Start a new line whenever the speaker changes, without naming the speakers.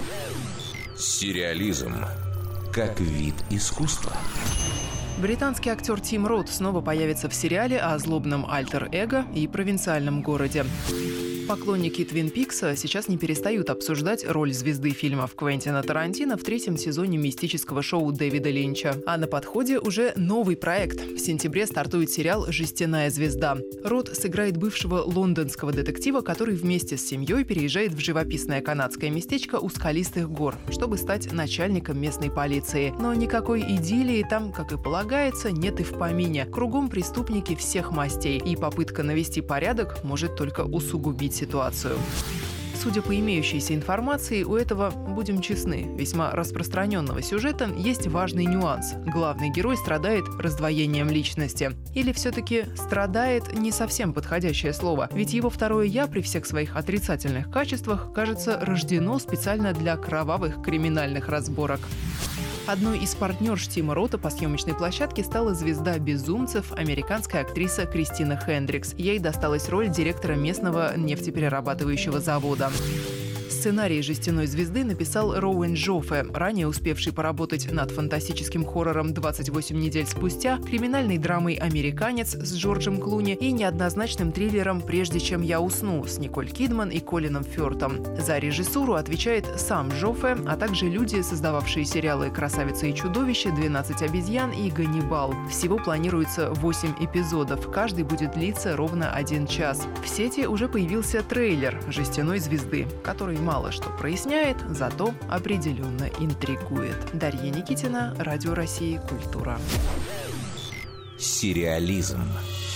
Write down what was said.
Сериализм как вид искусства.
Британский актер Тим Рот снова появится в сериале о злобном альтер-эго и провинциальном городе. Поклонники Твин Пикса сейчас не перестают обсуждать роль звезды фильмов Квентина Тарантино в 3-м сезоне мистического шоу Дэвида Линча. А на подходе уже новый проект. В сентябре стартует сериал «Жестяная звезда». Рот сыграет бывшего лондонского детектива, который вместе с семьей переезжает в живописное канадское местечко у скалистых гор, чтобы стать начальником местной полиции. Но никакой идиллии там, как и полагается, нет и в помине. Кругом преступники всех мастей, и попытка навести порядок может только усугубить ситуацию. Судя по имеющейся информации, у этого, будем честны, весьма распространенного сюжета есть важный нюанс. Главный герой страдает раздвоением личности. Или все-таки «страдает» не совсем подходящее слово, ведь его второе «я» при всех своих отрицательных качествах, кажется, рождено специально для кровавых криминальных разборок. Одной из партнерш Тима Рота по съемочной площадке стала звезда «Безумцев», американская актриса Кристина Хендрикс. Ей досталась роль директора местного нефтеперерабатывающего завода. Сценарий «Жестяной звезды» написал Роуэн Джоффе, ранее успевший поработать над фантастическим хоррором «28 недель спустя», криминальной драмой «Американец» с Джорджем Клуни и неоднозначным триллером «Прежде чем я усну» с Николь Кидман и Колином Фёртом. За режиссуру отвечает сам Джоффе, а также люди, создававшие сериалы «Красавица и чудовище», «12 обезьян» и «Ганнибал». Всего планируется 8 эпизодов, каждый будет длиться ровно 1 час. В сети уже появился трейлер «Жестяной звезды», который мало что проясняет, зато определенно интригует. Дарья Никитина, Радио России «Культура».
Сериализм.